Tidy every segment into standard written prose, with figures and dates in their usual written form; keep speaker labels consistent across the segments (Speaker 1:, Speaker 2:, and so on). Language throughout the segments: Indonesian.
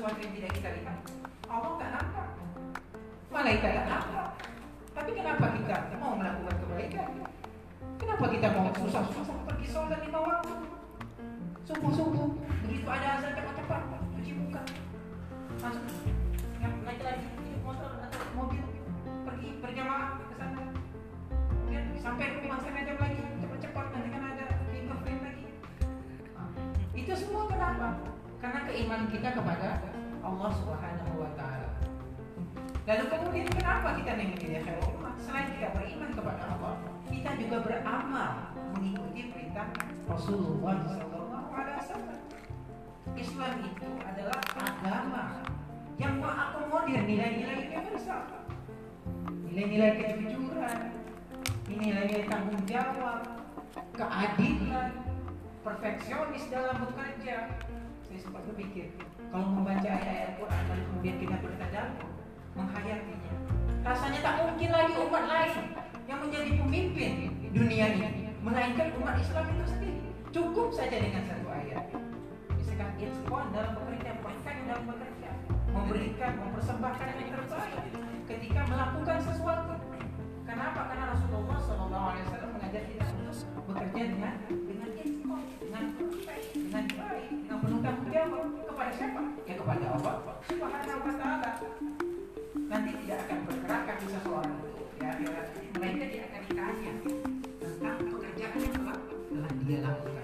Speaker 1: sesuatu yang tidak kita lihat. Allah nggak nampak, malaikat nggak nampak. Tapi kenapa kita mau melakukan kebaikan? Kenapa kita mau susah-susah pergi sholat 5 waktu? Subuh-subuh, begitu ada azan cepat-cepat cuci muka, langsung naik lagi motor atau mobil pergi berjamaah ke sana. Kemudian sampai rumah setengah jam lagi cepat-cepat, nanti kan ada fingerprint lagi. Itu semua kenapa? Karena keimanan kita kepada Allah Subhanahu wa Ta'ala. Lalu kemudian kenapa kita memilih khairul ummah? Selain kita beriman kepada Allah, kita juga beramal mengikuti perintah Rasulullah SAW. Islam itu adalah agama yang mengakomodir nilai-nilai universal, nilai-nilai kejujuran, nilai-nilai tanggung jawab, keadilan, perfeksionis dalam bekerja. Saya sempat berpikir, kalau membaca ayat-ayat Al-Quran lalu kemudian kita bertadabbur, menghayatinya, rasanya tak mungkin lagi umat lain yang menjadi pemimpin dunia ini melainkan umat Islam itu sendiri. Cukup saja dengan satu ayat. Misalkan itqan dalam bekerja, perfect dalam bekerja, memberikan, mempersembahkan yang terbaik ketika melakukan sesuatu. Kenapa? Karena Rasulullah SAW mengajar kita untuk bekerja dengan itqan, dengan perfect, dengan baik, dengan penuh tanggung jawab. Kepada siapa? Ya kepada Allah Subhanahu wa Ta'ala. Nanti tidak akan bergerak kaki seseorang itu di akhirat, melainkan dia akan ditanya tentang pekerjaan yang telah dia lakukan.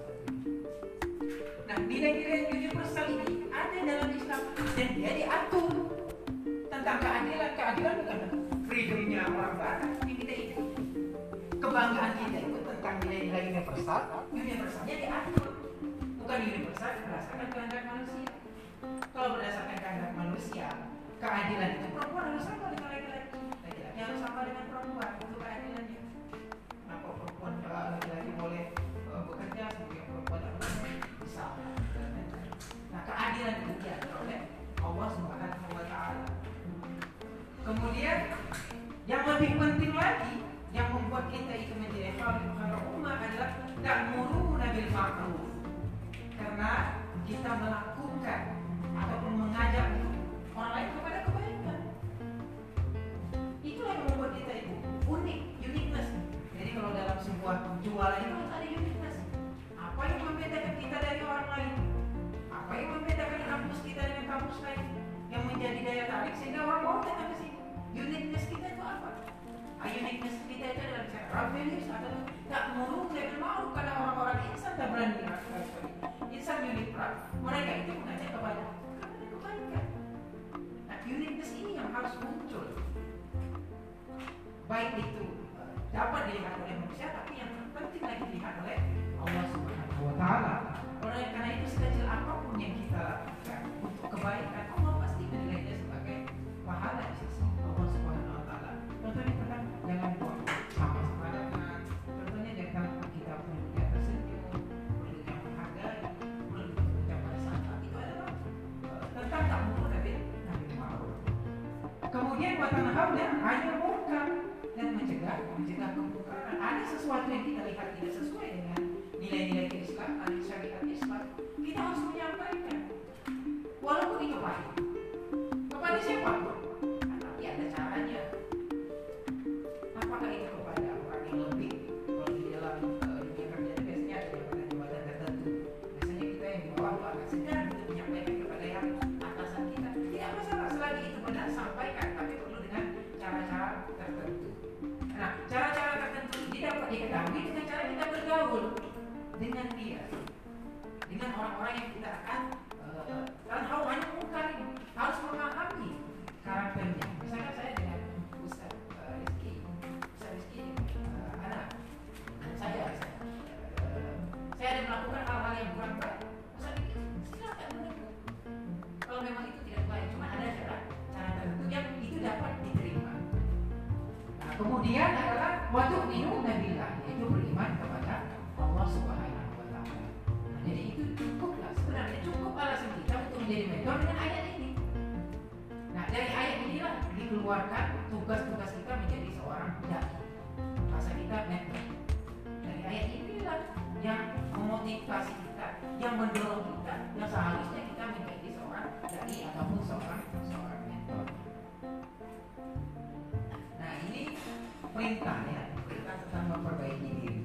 Speaker 1: Nah, nilai-nilai universal ini ada dalam Islam dan dia diatur tentang keadilan. Keadilan bukan freedomnya orang barat, tapi kita itu kebanggaan kita itu tentang nilai-nilai universal. Universalnya diatur, bukan universal berdasarkan kehendak manusia. Kalau berdasarkan kehendak manusia, keadilan itu perempuan harus sama dengan laki-laki, laki-laki harus sama dengan perempuan, itu keadilannya. Kenapa perempuan laki-laki boleh bekerja, sebagai perempuan tak boleh? Bisa. Nah, keadilan itu diatur oleh Allah Subhanahu wa Ta'ala. Kemudian yang lebih penting lagi, yang membuat kita itu menjadi khairul ummah adalah ta'muruna bil ma'ruf. Karena kita melakukan ataupun mengajak orang lain kepada kebaikan. Itulah yang membuat kita itu unik, uniqueness. Jadi kalau dalam sebuah jualan itu harus ada uniqueness. Apa yang membedakan kita dari orang lain? Apa yang membedakan kampus kita dengan kampus lain? Yang menjadi daya tarik sehingga orang mau datang ke sini. Uniqueness kita itu apa? Uniqueness kita itu adalah cara values atau tak murung dan mau karena orang-orang insan tak berani melakukan seperti ini. Insan unik, mereka itu mengajak kepada kebaikan. Uniqueness ini yang harus muncul. Baik itu dapat dilihat oleh manusia, tapi yang penting lagi dilihat oleh Allah Subhanahu wa Ta'ala. Karena itu sekecil apapun yang kita lakukan untuk kebaikan, Allah pasti menilainya sebagai pahala di sisi Allah Subhanahu wa Ta'ala. Contohnya tentang jangan buang sampah sembarangan. Contohnya jangan kita punya tersenyum, perlunya menghargai, perlu berucap pada saat itu adalah tentang tak mungkin tapi kemudian watanahawna 'anil munkar dan mencegah kemungkaran. Ada sesuatu yang kita lihat tidak sesuai dengan nilai-nilai keislaman, syariat Islam, kita harus menyampaikan walaupun itu pahit kepada siapapun. Tapi ada caranya. Apakah itu kepada orang yang lebih? Kalau di dalam dunia kerja biasanya ada jabatan tertentu. Biasanya kita yang di bawah itu agak segan untuk menyampaikan kepada yang atasan kita. Tidak masalah selagi itu benar, sampaikan, tapi perlu dengan cara-cara tertentu. Nah, cara-cara tertentu ini dapat diketahui dengan cara kita bergaul dengan dia, dengan orang-orang yang kita akan hanya munkar ini harus memahami karakternya. Misalnya saya dengan Ustaz Rizky anak saya ada melakukan hal-hal yang kurang baik. Ustaz Rizky silakan menegur. Kalau memang itu tidak baik, cuma ada cara tertentu yang itu dapat diterima. Nah, kemudian adalah waktu minum nabilah, yaitu beriman kepada Allah Subhanahu wa Ta'ala. Nah, jadi itu cukuplah, sebenarnya cukup alasan kita untuk menjadi mentor dengan ayat ini. Nah, dari ayat inilah dikeluarkan tugas-tugas kita menjadi seorang dai. Bahasa kita mentor. Dari ayat inilah yang memotivasi kita, yang mendorong kita, yang seharusnya kita menjadi seorang dai ataupun seorang mentor. Nah, ini perintah tentang memperbaiki diri.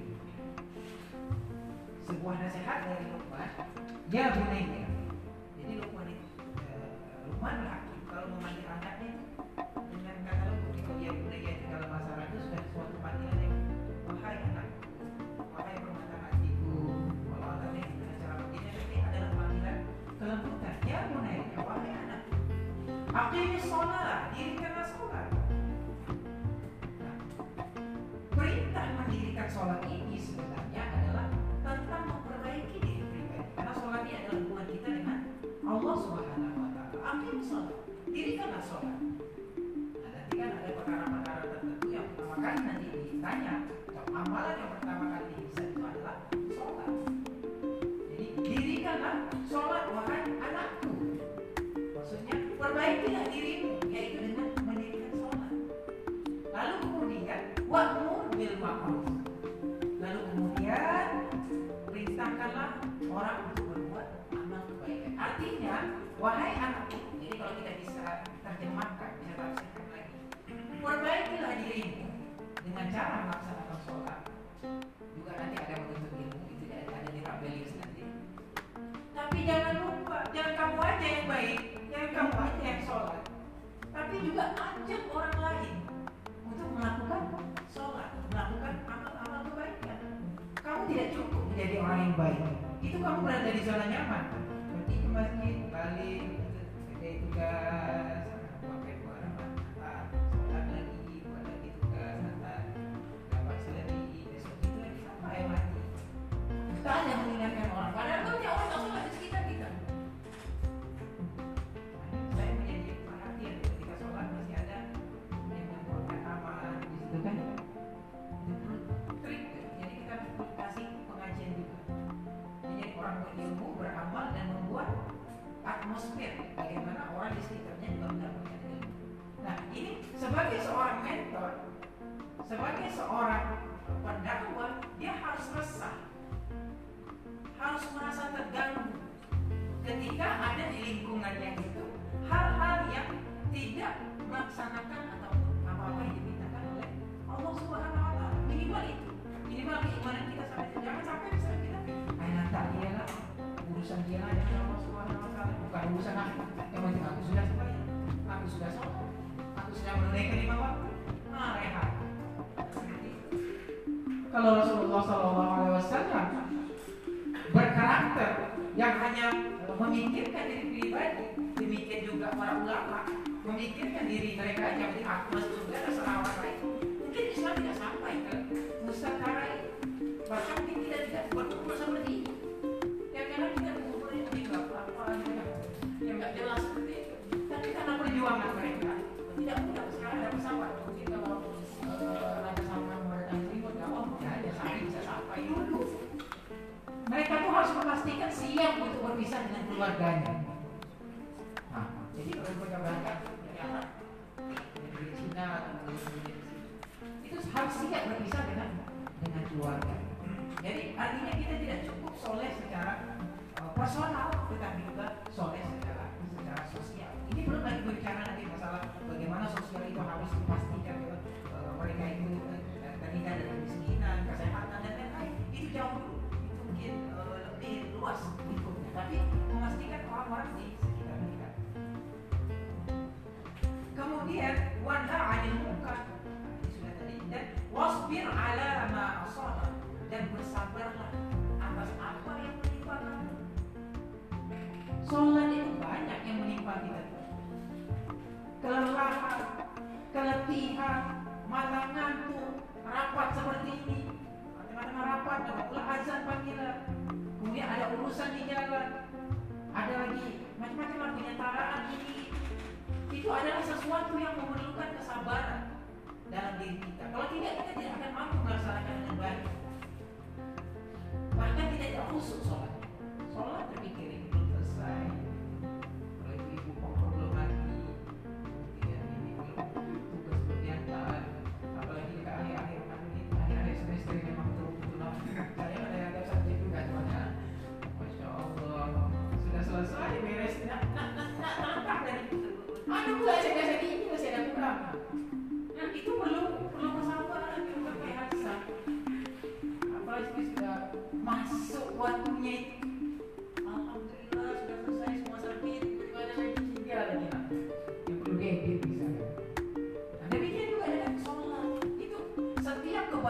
Speaker 1: Sebuah nasihat dari Luqman, ya bunayya. Jadi Luqman hakim kalau memanggil anaknya dengan kata lembut. Kalau ya bunayya itu dalam bahasa Arab itu sudah suatu panggilan yang wahai anakku, wahai permata hatiku. Kalau anaknya dengan cara begini nanti adalah panggilan kelembutan. Ya bunayya, wahai anakku, aqimis shalah, dirikanlah sholat. Perintah mendirikan sholat ini sebenarnya adalah tentang memperbaiki diri pribadi. Karena sholat ini adalah hubungan kita dengan Allah Subhanahu wa Ta'ala. Aqimis sholat, dirikanlah sholat. Nah, nanti kan ada perkara-perkara tertentu yang pertama kali nanti ditanya. Amalan yang pertama kali bisa itu adalah sholat. Jadi dirikanlah sholat, wahai anakku. Maksudnya perbaikilah dirimu, yaitu dengan mendirikan sholat. Lalu kemudian wa'mur bil ma'ruf. Lalu kemudian perintahkanlah orang untuk berbuat amal kebaikan. Artinya, wahai anakku. Jadi kalau kita bisa terjemahkan, bisa tafsirkan lagi. Perbaikilah dirimu dengan cara melaksanakan sholat. Juga nanti ada menuntut ilmu, itu ada di Rabelius nanti. Tapi jangan lupa, jangan kamu aja yang baik, jangan kamu aja yang sholat. Tapi juga ajak orang lain untuk melakukan sholat, melakukan amal-amal kebaikan. Kamu tidak cukup menjadi orang yang baik. Itu kamu berada di zona nyaman. Pergi ke masjid, balik, kerja tugas, pakai barang antar, sholat lagi, buat lagi tugas antar, dapat selebih, besok itu lagi sampai mati. Kita hanya mengingatkan orang. Padahal banyak orang tak sholat di sekitar kita. Saya menjadi perhatian ketika sholat masih ada yang membuatkan amalan di situ kan. Trik. Jadi kita kasih pengajian juga. Jadi orang berilmu, beramal dan membuat atmosfer bagaimana orang di sekitarnya juga mendapatkan ilmu. Nah, ini sebagai seorang mentor, sebagai seorang pendakwah, dia harus resah, harus merasa terganggu ketika ada di lingkungannya itu hal-hal yang tidak melaksanakan ataupun apa-apa yang dimintakan oleh Allah Subhanahu wa Ta'ala. Minimal itu, minimal keimanan kita jangan sampai misalnya kita nanti dia lah urusan dia lah yang Allah Subhanahu wa Ta'ala, bukan urusan aku. Yang penting aku sudah sembahyang, aku sudah sholat, aku sudah menunaikan 5 waktu. Rehat. Kalau Rasulullah SAW berkarakter yang hanya memikirkan diri pribadi, demikian juga para ulama memikirkan diri mereka aja, jadi aku masuk surga terserah orang lain. Mungkin Islam tidak sampai ke mustaqara ini, bahkan mungkin tidak berkumpul seperti ini. Yang kadang kita berkumpul ini tidak apa-apa, yang nggak jelas seperti itu. Tapi karena perjuangan mereka tidak mudah. Sekarang ada pesawat, mungkin kalau ada sama mereka timur, nggak mau ada sampai bisa sampai dulu. Mereka tuh harus memastikan siap untuk berpisah dengan keluarganya. Nah, jadi kalau mereka berangkat dari Arab, dari Cina, itu harus siap berpisah dengan keluarga. Jadi artinya kita tidak cukup soleh secara personal, tetapi juga soleh secara sosial. Ini belum lagi berbicara nanti masalah bagaimana sosial itu harus dipastikan mereka itu terhindar dari kemiskinan, kesehatan dan lain-lain. Itu jauh dulu. Mungkin lebih luas lingkupnya, tapi memastikan orang-orang di sekitar kita. Kemudian wanha 'anil munkar, ini sudah tadi, dan wasbir 'ala ma asaba, dan bersabarlah atas apa yang menimpa kamu. Sholat itu banyak yang menimpa kita. Kelelahan, keletihan, mata ngantuk, rapat seperti ini. Tengah-tengah rapat, pula azan panggilan. Kemudian ada urusan di jalan. Ada lagi macam-macam lah penyetaraan ini. Itu adalah sesuatu yang memerlukan kesabaran dalam diri kita. Kalau tidak, kita tidak akan mampu melaksanakan dengan baik. Bahkan kita tidak khusyuk sholat. Sholat terpikirin belum selesai. Kalau ibu-ibu pokok belum mati. Kemudian ini belum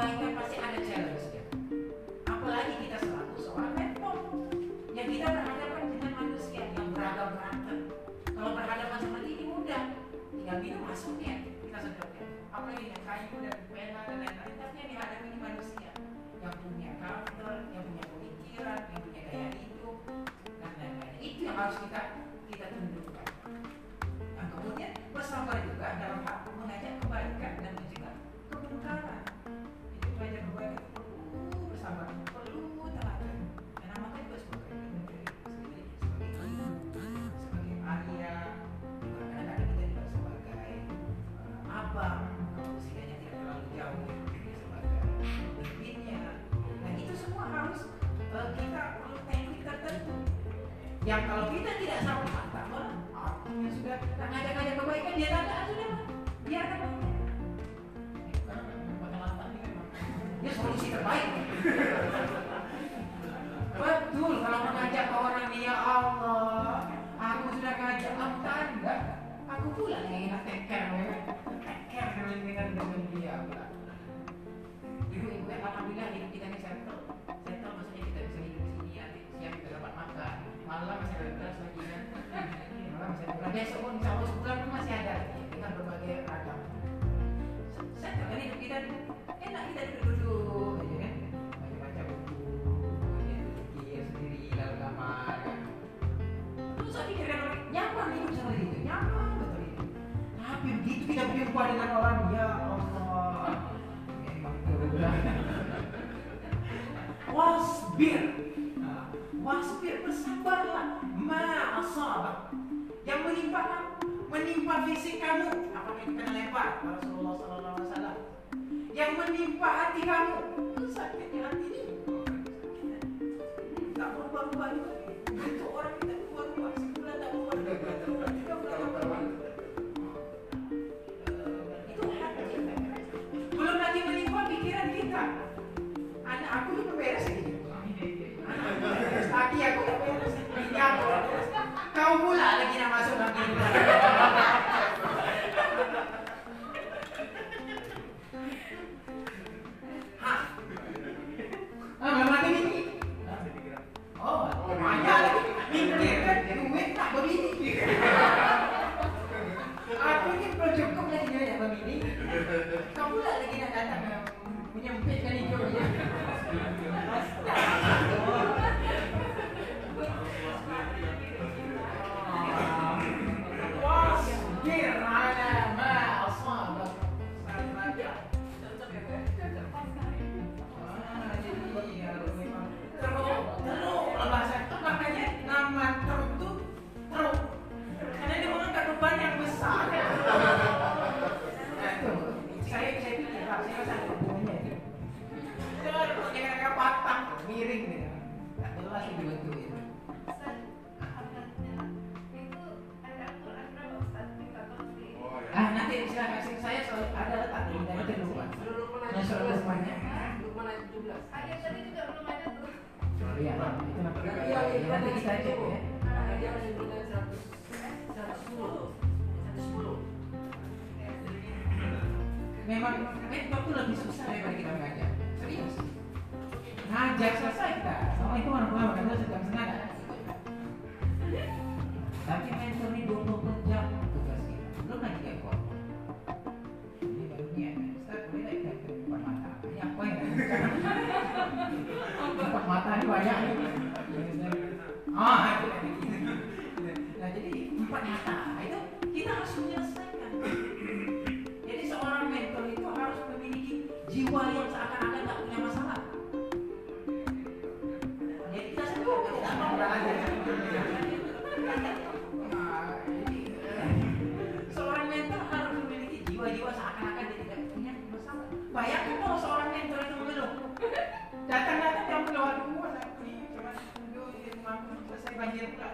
Speaker 1: kebaikan pasti ada challenge-nya. Apalagi kita selaku seorang mentor yang kita berhadapan dengan manusia yang beragam-ragam. Kalau berhadapan seperti ini mudah, tinggal minum masuknya, kita sedapnya. Apalagi yang kayu dan pena dan lain-lain, tapi yang dihadapi ini manusia yang punya karakter, yang punya pemikiran, yang punya gaya hidup dan lain-lain. Itu yang harus kita tundukkan. Nah, kemudian bersabar juga dalam hal mengajak kebaikan dan mencegah kemungkaran. Jadi belajar kebaikan perlu bersabar, perlu telaten. Dan namanya juga sebagai ayah, kadang-kadang kita juga sebagai abang, usianya tidak terlalu jauh, sebagai pemimpinnya. Nah itu semua harus kita perlu teknik tertentu. Yang kalau kita tidak sama mata, yang sudah ngajak-ngajak kebaikan dia tanda sudah biarkan aja. Dia solusi terbaik. Betul, kalau mengajak orang ya Allah, aku sudah ngajak kamu tanda, aku pula yang enak teker dengan dia. Ibu-ibu alhamdulillah hidup kita ini settle, maksudnya kita bisa hidup di sini, nanti siang kita dapat makan, malam masih ada beras lagi kan, malam masih ada beras. Besok pun insya Allah sebulan pun masih ada dengan berbagai ragam. Settle kan hidup kita enak, kita duduk-duduk aja kan, baca-baca buku, pikir sendiri dalam kamar kan. Terus saya pikirkan orang nyaman hidup seperti itu, nyaman betul itu. Tapi begitu kita berjumpa dengan orang, ya Allah, memang berubah. Wasbir, bersabarlah. Ma'asabak, yang menimpa fisik kamu, apakah itu kena lempar Rasulullah SAW, yang menimpa hati kamu, sakitnya hati ini tak berubah-ubah juga. Itu orang kita berubah-ubah, sebulan tak berubah, 3 bulan tak berubah. Itu hati. Belum lagi menimpa pikiran kita. Anak aku itu beres ini. Laki aku tak beres. Ini aku. Kau pula lagi nak masuk lagi. Belum lagi ini. Oh, banyak lagi. Mikir kan, duit tak begini. Aku ini belum cukup lagi banyak begini. Kau pula lagi nak datang menyempitkan hidupnya. Memang mentor itu lebih susah daripada kita mengajar. Serius. Ngajar selesai kita. Assalamualaikum warahmatullahi wabarakatuh. Sedang senada. Tapi mentor ini 24 jam tugas kita. Belum lagi ekor. Ini barunya. Ustaz boleh tak kita ke 4 mata? Ini apa yang 4 mata ini banyak nih. Nah jadi 4 mata itu kita harus menyelesaikan. Jadi seorang mentor itu harus memiliki jiwa yang seakan-akan tak punya masalah. Jadi kita semua tidak mau belajar. Seorang mentor harus memiliki jiwa-jiwa seakan-akan dia tidak punya masalah. Bayangkan kalau seorang mentor itu mengeluh, datang-datang yang mengeluh, aduh saya ini cuma duduk di rumah selesai banjir pula.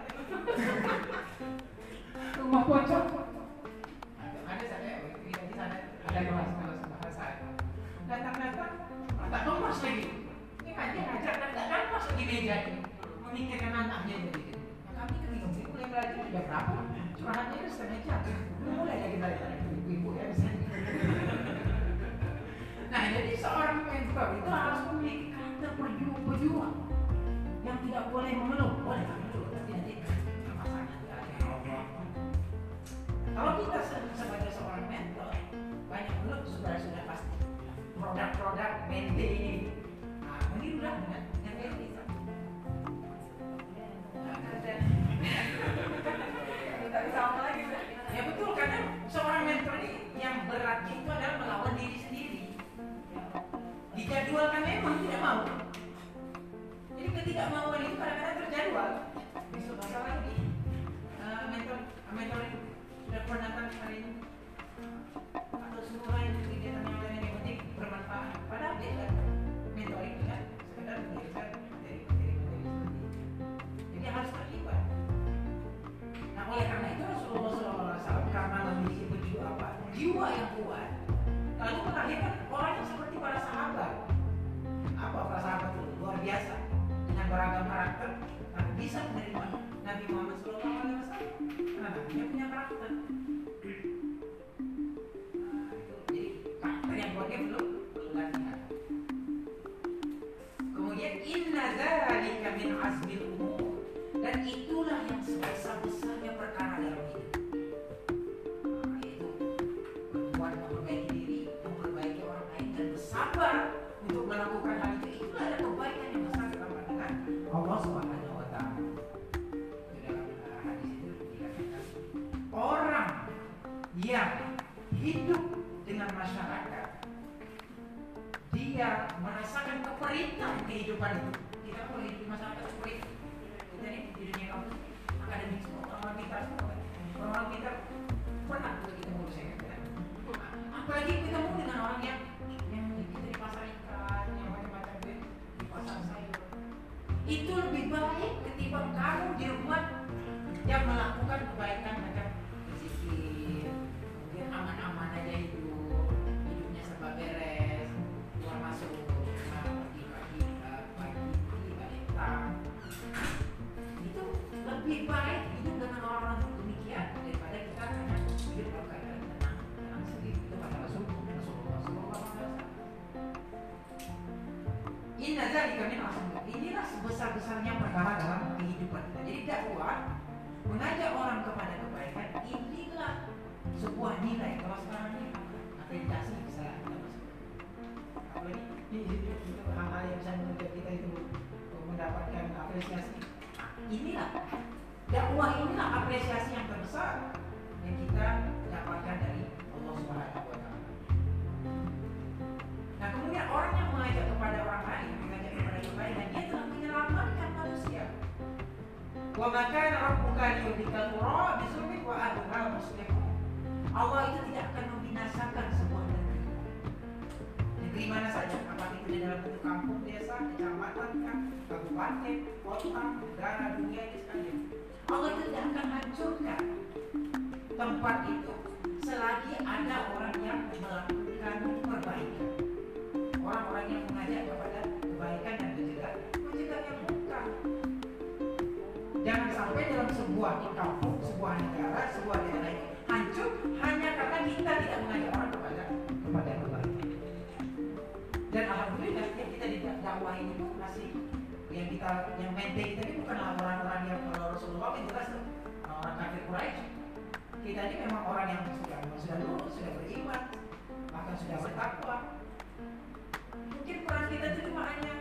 Speaker 1: Rumah pocong. Ada saya di sana ada bahasa datang-datang tak lepas lagi. Ini ngajak tak lepas lagi meja ini memikirkan anaknya jadi. Nah, kami kebingung sih mulai belajar sudah berapa? Curhatnya itu setengah jam. Mulai lagi belajar ibu-ibu ya misalnya. Nah jadi seorang mentor Sebab itu harus memiliki karakter pejuang yang tidak boleh mengeluh. Boleh mengeluh, tapi nanti pasangan dari Allah. Kalau kita sebagai seorang mentor banyak mengeluh, sudah pasti produk-produk mente ini. Nah, menirulah dengan mente.
Speaker 2: Tak bisa apa lagi.
Speaker 1: Ya betul, karena seorang mentor ini yang beratnya itu adalah melawan diri sendiri. Dijadwalkan memang tidak mau. Jadi ketidakmauan itu kadang-kadang terjadwal. Besok masa lagi mentor itu sudah pernah hari ini atau semua lain kegiatan yang lain yang penting bermanfaat. Padahal dia kan mentor itu kan sekedar menjadikan dari sendiri. Jadi harus terlibat. Nah, oleh karena itu Rasulullah SAW karena memiliki jiwa yang kuat, lalu melahirkan orang yang seperti para sahabat. Apa para sahabat itu? Luar biasa, dengan beragam karakter, tapi bisa menerima Nabi Muhammad SAW karena Nabi punya karakter. Nah, itu jadi karakter yang kuatnya belum latihan. Kemudian inna dzalika min azmil umur, dan itulah yang sebesar-besarnya perkara dalam hidup. Sabar untuk melakukan hal itu, itulah ada kebaikan yang besar dalam pandangan Allah Subhanahu wa Ta'ala. Dalam hadis itu dikatakan orang yang hidup dengan masyarakat, dia merasakan keperitan kehidupan itu. Kita kalau hidup di masyarakat seperti kita ini di dunia kampus akademik semua orang pintar semua. Orang pintar pernah kita ngurus ya kan? Apalagi ketemu dengan orang yang di pasar ikan, yang macam-macam di pasar sayur. Itu lebih baik ketimbang kamu di rumah yang melakukan kebaikan macam berzikir, kemudian aman-aman aja hidupnya serba beres, keluar masuk, pagi balik petang. Itu lebih baik hidup dengan orang-orang demikian daripada kita hanya hidup dalam keadaan tenang sendiri. Itu kata Rasulullah SAW. Inna dzalika min azmi. Inilah sebesar-besarnya perkara dalam kehidupan kita. Jadi dakwah, mengajak orang kepada kebaikan, inilah sebuah nilai. Kalau sekarang ini akreditasi bisa kita masuk. Apalagi itu hal-hal yang bisa membuat kita itu mendapatkan apresiasi. Inilah dakwah, inilah apresiasi yang terbesar yang kita dapatkan dari Allah Subhanahu wa Ta'ala. Nah, kemudian orang yang mengajak kepada orang lain, mengajak kepada kebaikan, dia telah menyelamatkan manusia. Wa maka rabbuka liyuhlikal qura bizulmin wa ahluha muslihun. Allah itu tidak akan membinasakan sebuah negeri. Negeri mana saja, apakah itu di dalam bentuk kampung, desa, kecamatan, kabupaten, kota, negara, dunia ini sekalian. Allah itu tidak akan hancurkan tempat itu selagi ada orang yang melakukan perbaikan. Orang-orang yang mengajak kepada kebaikan dan mencegah yang munkar. Jangan sampai dalam sebuah kampung, sebuah negara, sebuah daerah itu hancur hanya karena kita tidak mengajak orang kepada kebaikan. Dan alhamdulillah kita di dakwah ini pun masih yang mente kita ini bukanlah orang-orang yang kalau Rasulullah itu jelas orang kafir Quraisy. Kita ini memang orang yang sudah lulus, sudah beriman, bahkan sudah bertakwa. Mungkin peran kita itu cuma hanya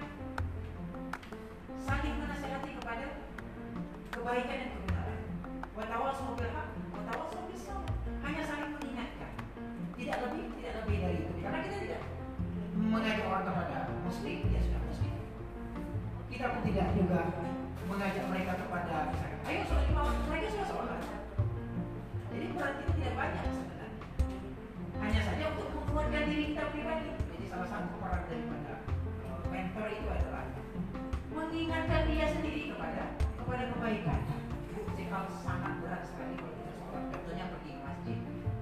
Speaker 1: saling menasihati kepada kebaikan dan kebenaran. Wa tawassaw bil haqq, wa tawassaw bis sabr. Hanya saling mengingatkan. Tidak lebih dari itu. Karena kita tidak mengajak orang kepada muslim, dia sudah muslim. Kita pun tidak juga mengajak mereka kepada misalnya, ayo sholat 5 waktu, mereka sudah sholat. Jadi peran kita tidak banyak sebenarnya. Hanya saja untuk menguatkan diri kita pribadi. Jadi salah satu peran daripada mentor itu adalah mengingatkan dia sendiri kepada kebaikan. Jadi kalau sangat berat sekali kalau kita sholat, contohnya pergi ke masjid.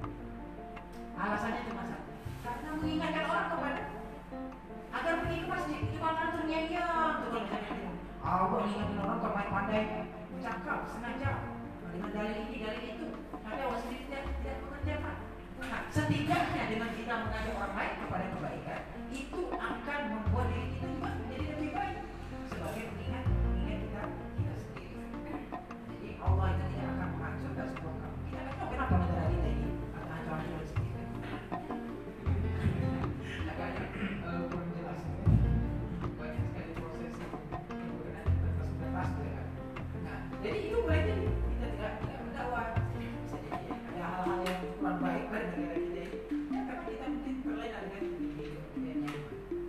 Speaker 1: Alasannya cuma satu, karena mengingatkan orang kepada agar pergi ke masjid. Itu kalau ternyata kalau misalnya Allah mengingatkan orang kalau pandai cakap sengaja dengan dalil ini dalil itu, tapi Allah sendiri tidak mengerjakan. Nah, setidaknya dengan kita mengajak orang lain kepada kebaikan, itu akan membuat kan kemudian nyaman.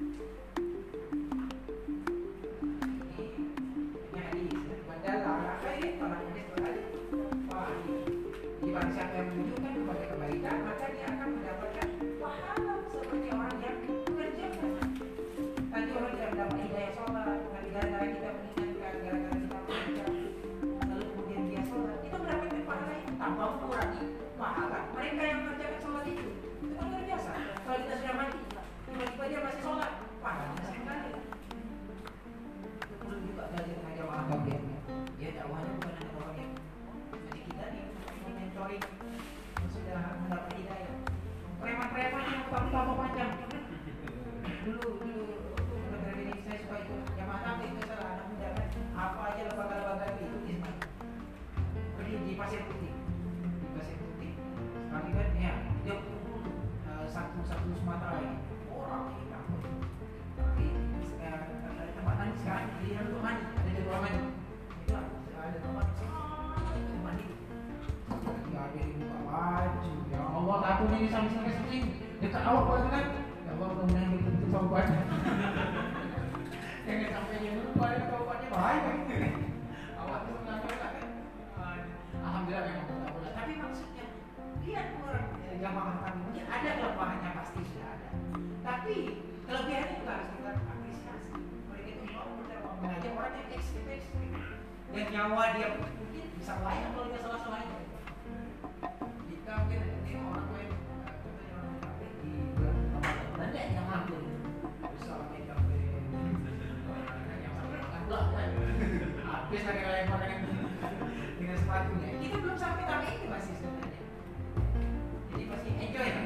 Speaker 1: Ini hadis ya. Padahal khair orang hadis berkali. Wah, di barang siapa yang menunjukkan kepada kebaikan maka dia akan mendapatkan pahala seperti orang yang mengerjakan. Tadi orang tidak mendapat hidayah sholat, tapi gara-gara kita mengingatkan, gara-gara kita mengajar, lalu kemudian dia sholat, kita mendapatkan pahala itu tanpa mengurangi pahala mereka yang mengerjakan sholat itu. Itu kan luar biasa. Kalau kita sudah mati, tiba-tiba dia masih sholat, pahalanya saya kali. Perlu juga dari remaja malam dia dakwahnya bukan hanya orang yang jadi kita nih mentoring yang sudah mendapat hidayah. Preman-preman yang tambah panjang. Dulu saya suka ikut jamaah tabligh itu salah anak muda kan. Apa aja lembaga-lembaga itu Islam. Pergi di Pasir Putih. Di Pasir Putih. Sekali kan ya dia satu Sumatera ini orang ini takut. Tapi tempat mandi sekarang dia untuk mandi ada di ruang mandi. Itu ada tempat untuk mandi. Ya ada di buka baju. Ya Allah takut ini sampai sering dekat awak kan. Ya Allah mudah-mudahan betul taubatnya. Jangan sampai yang lupa dan taubatnya bahaya. Awak tu melanggar kan? Alhamdulillah memang tak. Tapi maksudnya lihat orang jamaah kami mungkin ada kelemahannya pasti sudah ada. Tapi kelebihannya juga harus kita apresiasi. Mereka itu mau mengajak orang yang ekstrim, yang nyawa dia mungkin bisa layak kalau dia salah-salahnya. Kita mungkin ini orang lain contohnya orang KP di bulan Ramadan ada yang ngambil bisa main KP yang sampai makan pula kan habis lagi lempar dengan sepatunya. Kita belum sampai tapi ini masih sebenarnya jadi masih enjoy kan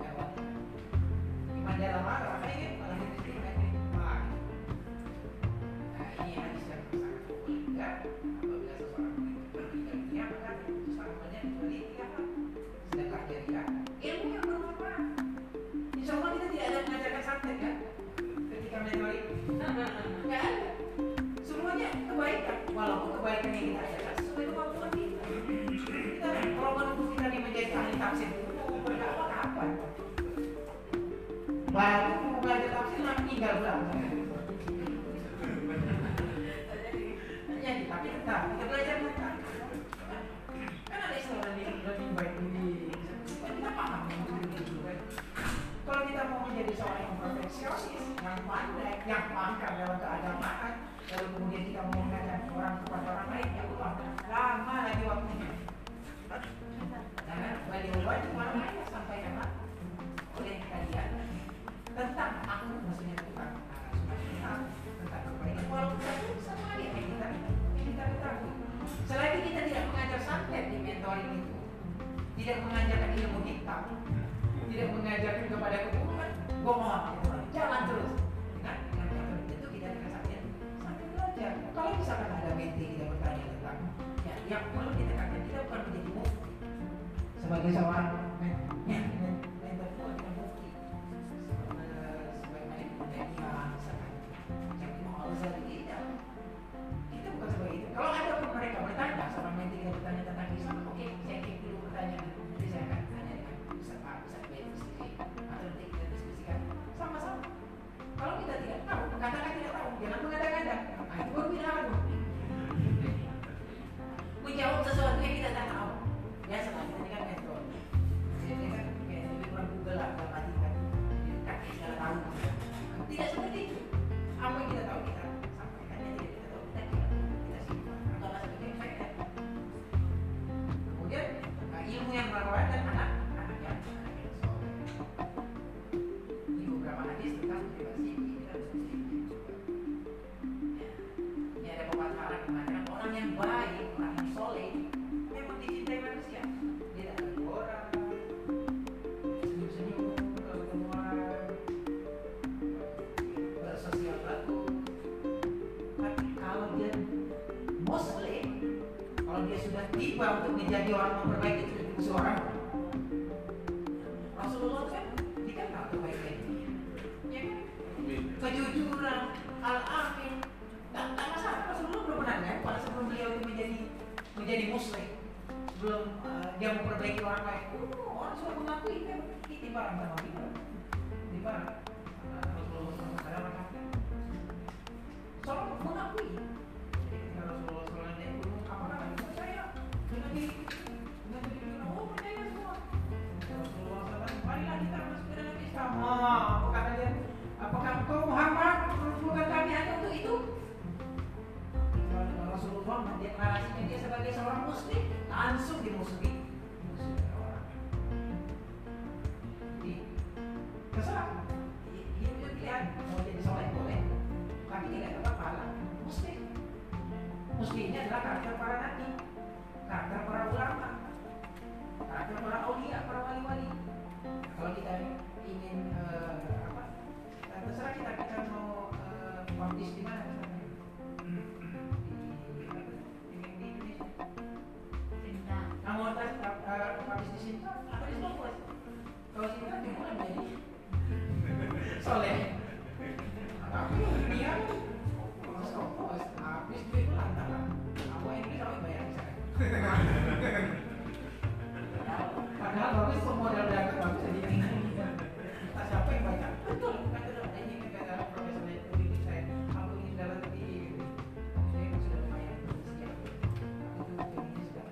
Speaker 1: iman dalam marah ini malah kita kan wah ini hadis yang sangat populer apabila seseorang meninggal dunia maka selamanya kecuali 3 hal sedekah jariah, ilmu yang bermanfaat. Insya Allah kita tidak ada mengajarkan santet kan ketika mentoring, nggak ada. Semuanya kebaikan, walaupun kebaikan yang kita ajarkan sesuai kemampuan kita. Kita kalau menunggu kita menjadi ahli tafsir itu mau berdakwah kapan? Baru mau belajar tafsir lah meninggal berapa? Jadi tapi tetap kita belajar tetap. Kan ada istilah lebih baik ini. Kita paham itu kan. Kalau kita mau menjadi seorang yang perfeksionis, yang pandai, yang pangkal dalam keagamaan, lalu kemudian kita mau mengajak orang kepada orang lain, ya Allah, lama lagi waktunya. Karena beliau wajib orang lain sampaikan oleh kalian tentang aku, maksudnya tentang tentang kebaikan. Walaupun sama dia kita ketahui. Selagi kita tidak mengajar santet di mentoring itu, tidak mengajarkan ilmu hitam, tidak mengajarkan kepada keburukan, bohong, jalan terus. Dengan itu kita akan sampai belajar. Kalau misalkan ada menti kita bertanya tentang, ya, yang perlu ditekankan kita bukan menjadi mufti. Sebagai seorang mentor itu adalah mufti. Sebagaimana Muhammadiyah, misalkan, yang Imam Al-Ghazali tidak. Kita bukan sebagai itu. Kalau ada pun mereka bertanya, seorang menti kita bertanya tentang Islam, oke, saya kirim dulu pertanyaan. Nanti saya akan tanya dengan Ustaz A, Ustaz B, Ustaz C, atau nanti kita diskusikan sama-sama. Kalau kita tidak tahu, katakan tidak tahu, jangan mengada-ngada. Nah, itu berbeda. Menjawab sesuatu yang kita tak tahu. Ya, selalu ini kan mentor. Jadi kan kayak lebih kurang Google lah, dalam arti kan. Kaki segala tahu. Tidak seperti itu. Apa yang kita tahu kita sampaikan, yang tidak kita tahu kita simpan. Anggaplah sebagai faedah. Kemudian ilmu yang bermanfaat dan anak yang soleh. Ini beberapa hadis tentang motivasi kita harus muslim. Ini ada pepatah yang mengatakan orang yang baik, orang yang soleh memang dicintai manusia. Dia tak ganggu orang, senyum-senyum kalau ketemu orang, bersosial bagus. Tapi kalau dia muslim, kalau dia sudah tiba untuk menjadi orang memperbaiki itu musuh orang. Rasulullah kan dikenal kebaikannya, ya kan? Kejujuran, al-amin, tak masalah. Rasulullah belum pernah kan? Pada sebelum beliau itu menjadi muslim, sebelum dia memperbaiki orang lain, orang sudah mengakui kan? Ini barang sama kita. Kamu, apakah engkau Muhammad mengumpulkan kami hanya untuk itu? Kalau Rasulullah mendeklarasikan dia sebagai seorang muslim, langsung dimusuhi. Jadi terserah. Hidup pilihan, mau jadi soleh boleh, tapi tidak dapat pahala. Muslim ini adalah karakter para nabi, karakter para ulama, karakter para aulia, para wali-wali. Kalau kita ingin terserah kita mau baptis di mana misalnya? Di Indonesia. Sinta. Mau baptis di Sinta atau di Sulawesi? Kalau Sinta dimulai menjadi soleh. Tapi dia habis duit lantaran. Aku ini sampai bayar misalnya. Padahal bagus pemodal dagang bagus jadi siapa yang baca? Betul, kata dokter ini kata profesor politik saya. Aku ini sudah lebih, saya kan sudah lumayan siap. Aku tuh ini sudah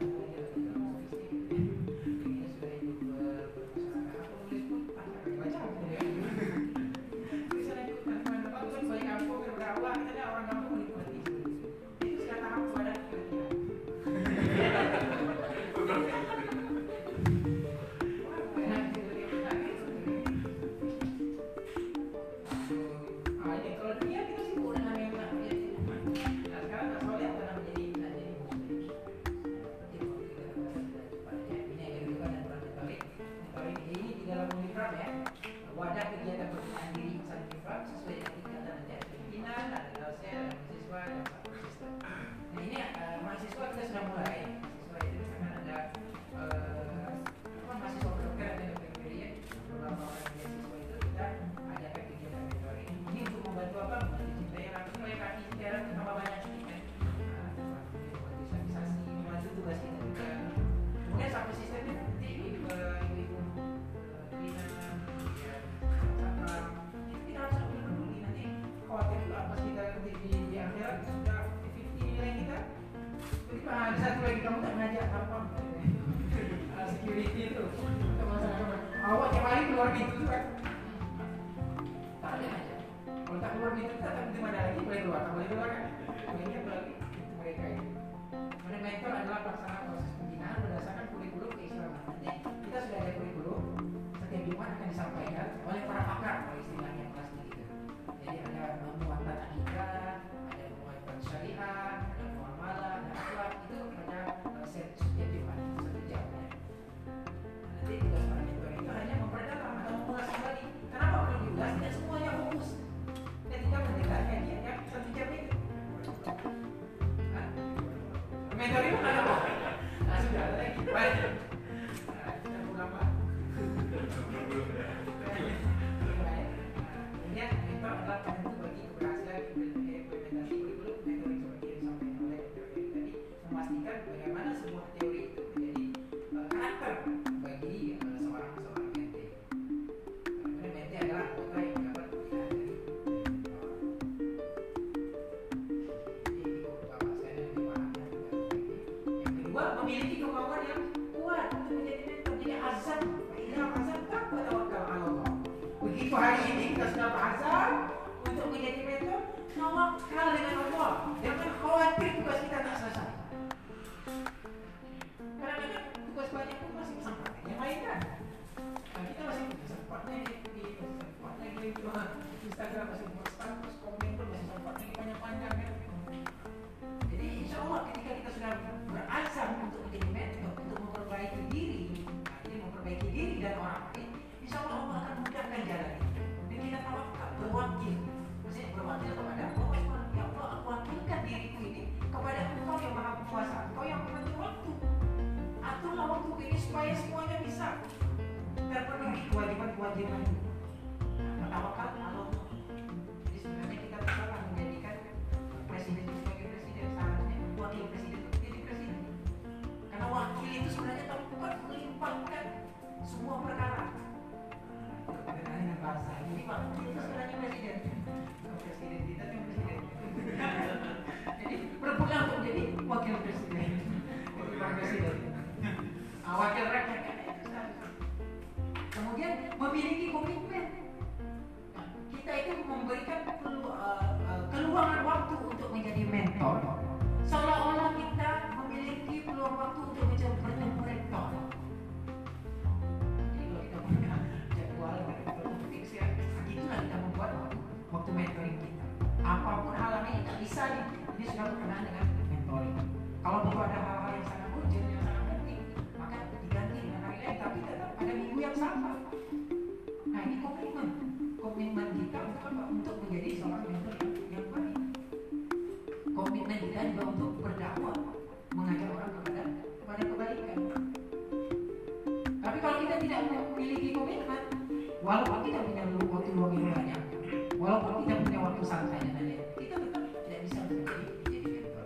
Speaker 1: ini sudah hidup bermasyarakat. Aku nulis pun baca aku ya. Bisa lanjut mana bagus balik kampung berdakwah. Kita orang kampung menikmati. Itu sudah tahap wadah kira-kira. Wadah kegiatan pembinaan diri saling infak sesuai dengan tingkatan dan pimpinan, ada dosen, ada mahasiswa, dan asisten. Nah ini mahasiswa kita sudah mulai. Mahasiswa itu misalkan ada mahasiswa program dan ya, beberapa orang mahasiswa itu kita adakan kegiatan mentoring. Ini untuk membantu apa? Membantu Cintayam. Mulai kaki Cintayam tambah banyak kan? Membantu islamisasi, membantu tugas kita juga. Kemudian sampai sistemnya nanti ibu-ibu kita harus peduli nanti khawatir pas kita di akhirat sudah 50 nilai kita tiba-tiba ada satu lagi kamu tak ngajak apa security itu awak yang paling keluar pintu itu kan tak ada aja kalau tak keluar pintu kita tak mana lagi boleh keluar tak boleh keluar kan bolehnya melalui pintu mereka itu. Kemudian mentor adalah pelaksana proses pembinaan berdasarkan kurikulum keislaman. Jadi kita sudah ada kurikulum setiap Jumat akan disampaikan oleh para pakar kalau istilahnya kelasnya gitu. Jadi ada muatan akidah, ada muatan syariah, ada muamalah, ada akhlak itu ada setiap Jumat 1 jam. Nanti tugas para mentor itu hanya memperdalam atau mengulas kembali. Kenapa perlu diulas? Tidak semuanya fokus. Ketika mendengarkan dia yang 1 jam itu. Mentor itu ada apa? Nah sudah ada lagi. Baik. Kita pulang pak. Kemudian mentor adalah penentu bagi keberhasilan implementasi kurikulum. Mentor itu seperti yang disampaikan oleh mentor tadi memastikan bagaimana sebuah teori itu menjadi karakter bagi seorang mente. Kemudian mente adalah anggota yang mendapat pembinaan dari memiliki kemauan yang kuat untuk menjadi mentor. Jadi azam, azam tak bertawakal Allah. Begitu hari ini kita sudah berazam untuk menjadi mentor, tawakal dengan Allah. Jangan khawatir tugas kita tak selesai. Kadang-kadang tugas banyak pun masih kesempatan yang lain kan. Nah, kita masih kesempatan di Instagram masih status komen pun masih sempat lagi panjang-panjang kan. Jadi insya Allah ketika kita sudah berazam untuk menjadi mentor, untuk memperbaiki diri, memperbaiki diri dan orang lain, insya Allah Allah akan mudahkan jalan itu. Dan kita tawakal, berwakil, maksudnya berwakil kepada Allah. Ya Allah, aku wakilkan diriku ini kepada Engkau yang Maha Kuasa, Engkau yang mengatur waktu. Aturlah waktu ini supaya semuanya bisa terpenuhi kewajiban-kewajiban. Tawakal Allah. Jadi sebenarnya kita bisa menjadikan presiden itu sebagai presiden, seharusnya wakil presiden itu jadi presiden. Karena wakil itu sebenarnya tempat melimpahkan semua perkara. Dengan bahasa. Jadi wakil itu sebenarnya presiden. Presiden kita yang presiden. Jadi berpeluang untuk jadi wakil presiden. Bukan presiden. Wakil rakyat kan itu seharusnya. Kemudian memiliki komitmen ruang yang banyak. Walaupun kita punya waktu santai dan lain-lain, kita tetap tidak bisa menjadi mentor.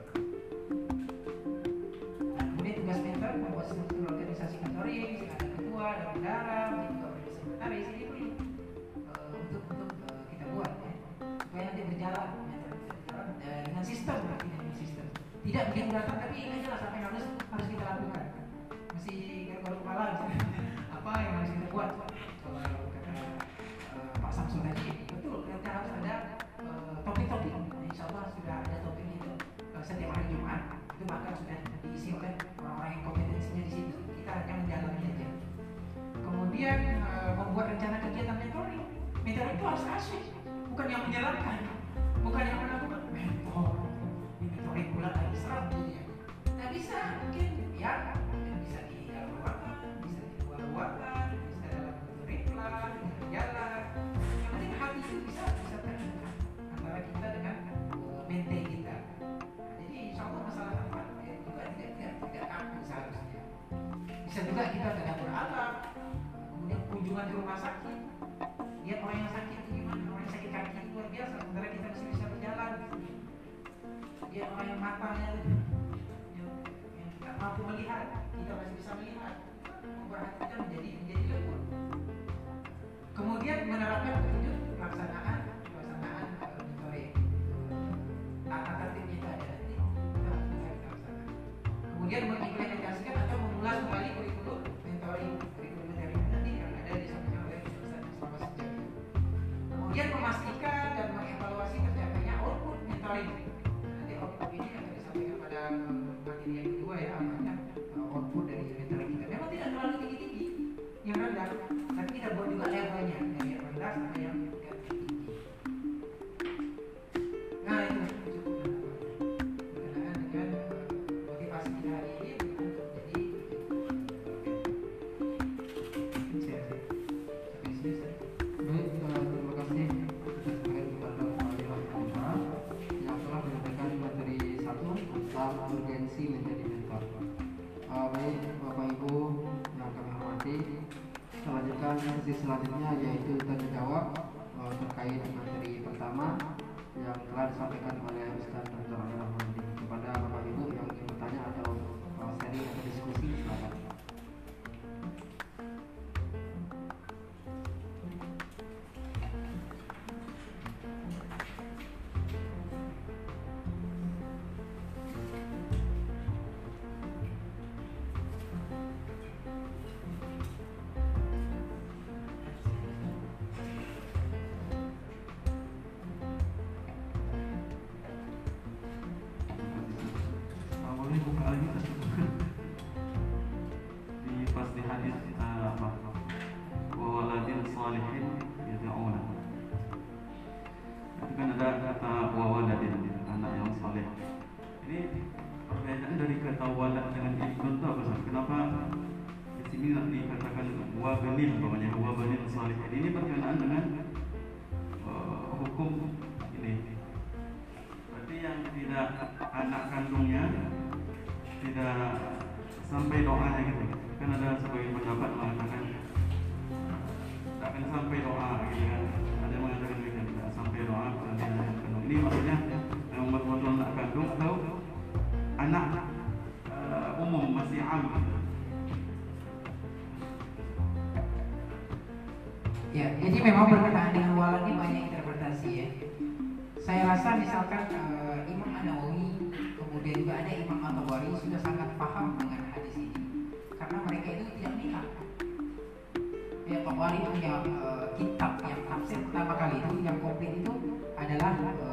Speaker 1: Nah, kemudian tugas mentor membuat struktur organisasi mentoring, ada ketua, ada bendahara, mungkin juga ada sekretaris. Ini perlu untuk kita buat ya, supaya nanti berjalan dengan sistem, dengan sistem. Tidak begitu datang, tapi ini jelas apa yang harus kita lakukan. Masih garuk kepala misalnya. Apa yang harus kita buat? Kalau kata Pak Samsul tadi, betul. Kita harus ada topik-topik. Insya Allah sudah ada topik itu setiap hari Jumat. Itu bahkan sudah diisi oleh orang-orang yang kompetensinya di situ. Kita hanya menjalani saja. Kemudian membuat rencana kegiatan mentoring. Mentoring itu harus asik, bukan yang menjalankan, bukan yang melakukan mentor. Mentoring pula lagi serang ya. Nah bisa mungkin ya bisa di dalam ruangan, bisa di luar ruangan, bisa dalam replan, jalan. Yang penting hati itu bisa terbuka antara kita dengan mente kita. Nah, jadi insya Allah masalah apa juga tidak kaku seharusnya. Bisa juga kita sedang beralam, kemudian kunjungan ke rumah sakit, lihat orang yang sakit gimana, orang yang sakit kaki luar biasa, sementara kita masih bisa berjalan. Lihat orang yang matanya yang tidak mampu melihat, kita masih bisa melihat, membuat hati kita menjadi lembut. Kemudian menerapkan petunjuk pelaksanaan mentoring. Tata tertibnya itu ada nanti, kita harus laksanakan. Kemudian mengimplementasikan atau mengulas kembali kurikulum mentoring nanti yang ada disampaikan oleh Ustaz Mustafa Sejak. Kemudian memastikan dan mengevaluasi tercapainya output mentoring. Nanti output ini akan disampaikan pada materi yang kedua ya, apanya output dari mentoring kita. Memang tidak terlalu tinggi-tinggi, yang rendah, tapi kita buat juga levelnya dari yang rendah sampai yang tinggi. Nah itu cukup berkenaan dengan motivasi kita hari ini untuk menjadi
Speaker 3: Baik, terima kasih kepada Pak Irfan yang telah menyampaikan materi 1 tentang urgensi menjadi mentor. Baik Bapak Ibu yang kami hormati, kita lanjutkan sesi selanjutnya yaitu tanya jawab terkait materi pertama yang telah disampaikan oleh Ustaz Dr. Rahmadi. Kepada Bapak Ibu yang ingin bertanya atau seri atau diskusi, silakan.
Speaker 4: Boleh buka lagi di pas di hadis apa wa waladin salihin yad'una. Itu kan ada kata wa waladin, anak yang saleh. Ini perbedaan dari kata walad dengan ibn itu apa? Kenapa di sini dikatakan wa banin, umpamanya wa banin salihin? Ini berkenaan dengan hukum ini. Berarti yang tidak anak kandungnya tidak sampai doanya gitu. Kan ada sebagian pendapat mengatakan tak akan sampai doa gitu kan. Ada yang mengatakan gitu, tidak sampai doa nanti anak kandung. Ini maksudnya yang betul-betul anak kandung atau anak umum masih am.
Speaker 1: Ya, jadi memang berkenaan dengan walad ini banyak interpretasi ya. Saya rasa misalkan Imam An-Nawawi, kemudian juga ada Imam At-Tabari sudah sangat paham dengan hadis ini, karena mereka itu tidak menikah. Ya, Tabari punya kitab yang tafsir pertama kali itu yang komplit itu adalah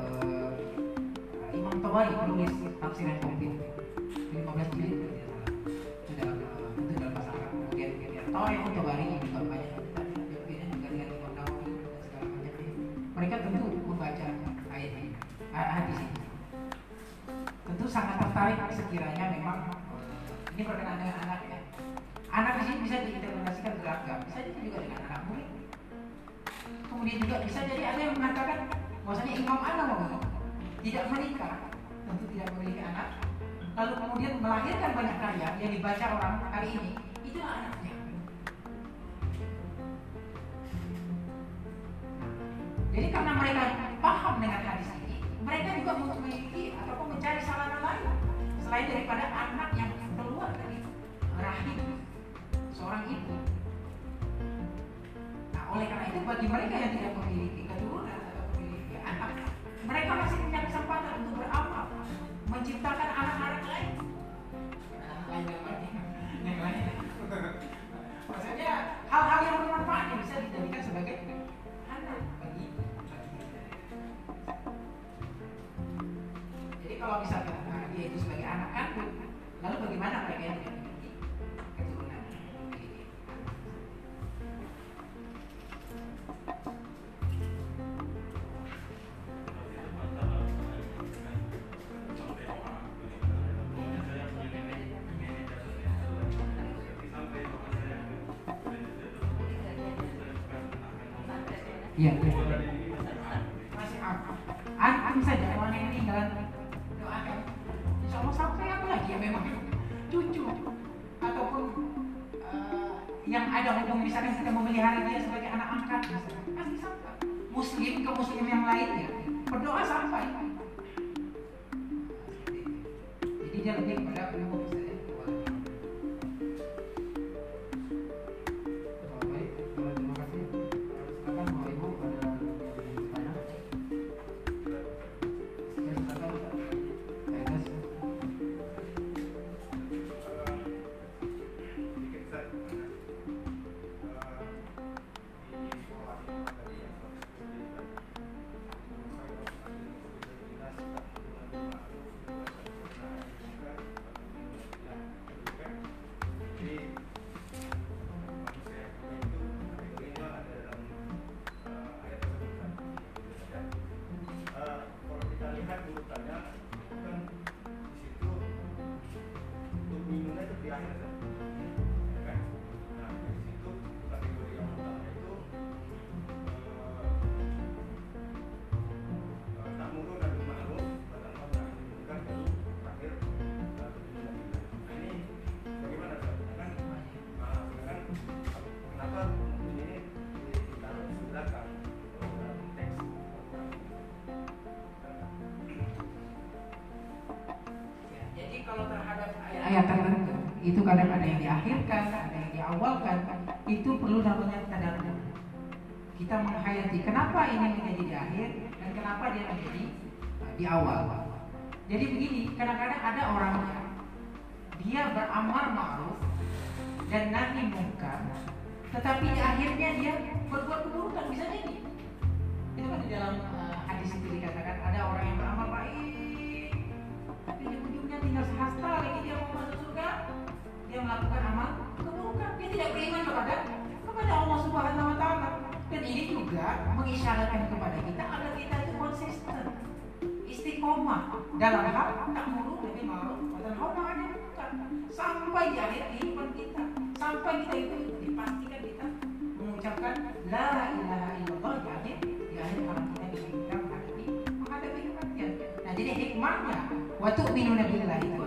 Speaker 1: Imam Tabari penulis tafsir yang komplit 15 jilid kalau tidak salah. Itu dalam bahasa Arab. Kemudian Tarikh Tabari juga banyak berbeda juga dengan Imam Nawawi dan segala macam. Mereka tentu membaca hadis ini. Tentu sangat tertarik sekiranya memang ini berkenaan dengan anak ya. Anak di sini bisa diinterpretasikan beragam, bisa jadi juga dengan anak murid. Kemudian juga bisa jadi ada yang mengatakan bahwasanya Imam An-Nawawi tidak menikah, tentu tidak memiliki anak, lalu kemudian melahirkan banyak karya yang dibaca orang hari ini, itulah anaknya. Jadi karena mereka paham dengan hadis ini, mereka juga memiliki ataupun mencari sarana lain selain daripada anak yang keluar dari rahim seorang ibu. Nah, oleh karena itu bagi mereka yang tidak memiliki keturunan atau memiliki anak, mereka masih punya kesempatan untuk beramal, menciptakan anak-anak lain. Yang lain. Maksudnya hal-hal yang bermanfaat yang bisa dijadikan sebagai anak bagi kita. Jadi kalau misalkan dia itu sebagai anak kandung, lalu bagaimana mereka yang tidak memiliki keturunan? Iya, masih aku saja orang yang meninggal doakan, insya Allah sampai apa lagi ya memang cucu ataupun yang ada hukum misalnya kita memelihara dia sebagai anak angkat, pasti sampai muslim ke muslim yang lainnya berdoa sampai. Jadi dia lebih kepada umum saja. Ayat tertentu itu kadang ada yang diakhirkan, ada yang diawalkan, itu perlu namanya tadabbur. Kita menghayati kenapa ini menjadi di akhir dan kenapa dia menjadi di awal. Jadi begini, kadang-kadang ada orang dia beramar ma'ruf dan nahi munkar, tetapi di akhirnya dia berbuat keburukan, bisa jadi. Itu kan di dalam hadis itu dikatakan ada orang yang beramal baik, tapi di ujungnya tinggal sehasta lagi dia mau masuk surga, dia melakukan amal keburukan, dia tidak beriman kepada Allah Subhanahu Wa Taala. Dan ini juga mengisyaratkan kepada kita agar kita itu konsisten, istiqomah dalam hal ta'muru bil ma'ruf wa tanhauna 'anil munkar sampai di akhir kehidupan kita, sampai kita itu dipastikan kita mengucapkan la ilaha illallah di akhir kalam kita menghadapi kematian. Nah, jadi hikmahnya wa tu'minuna billahi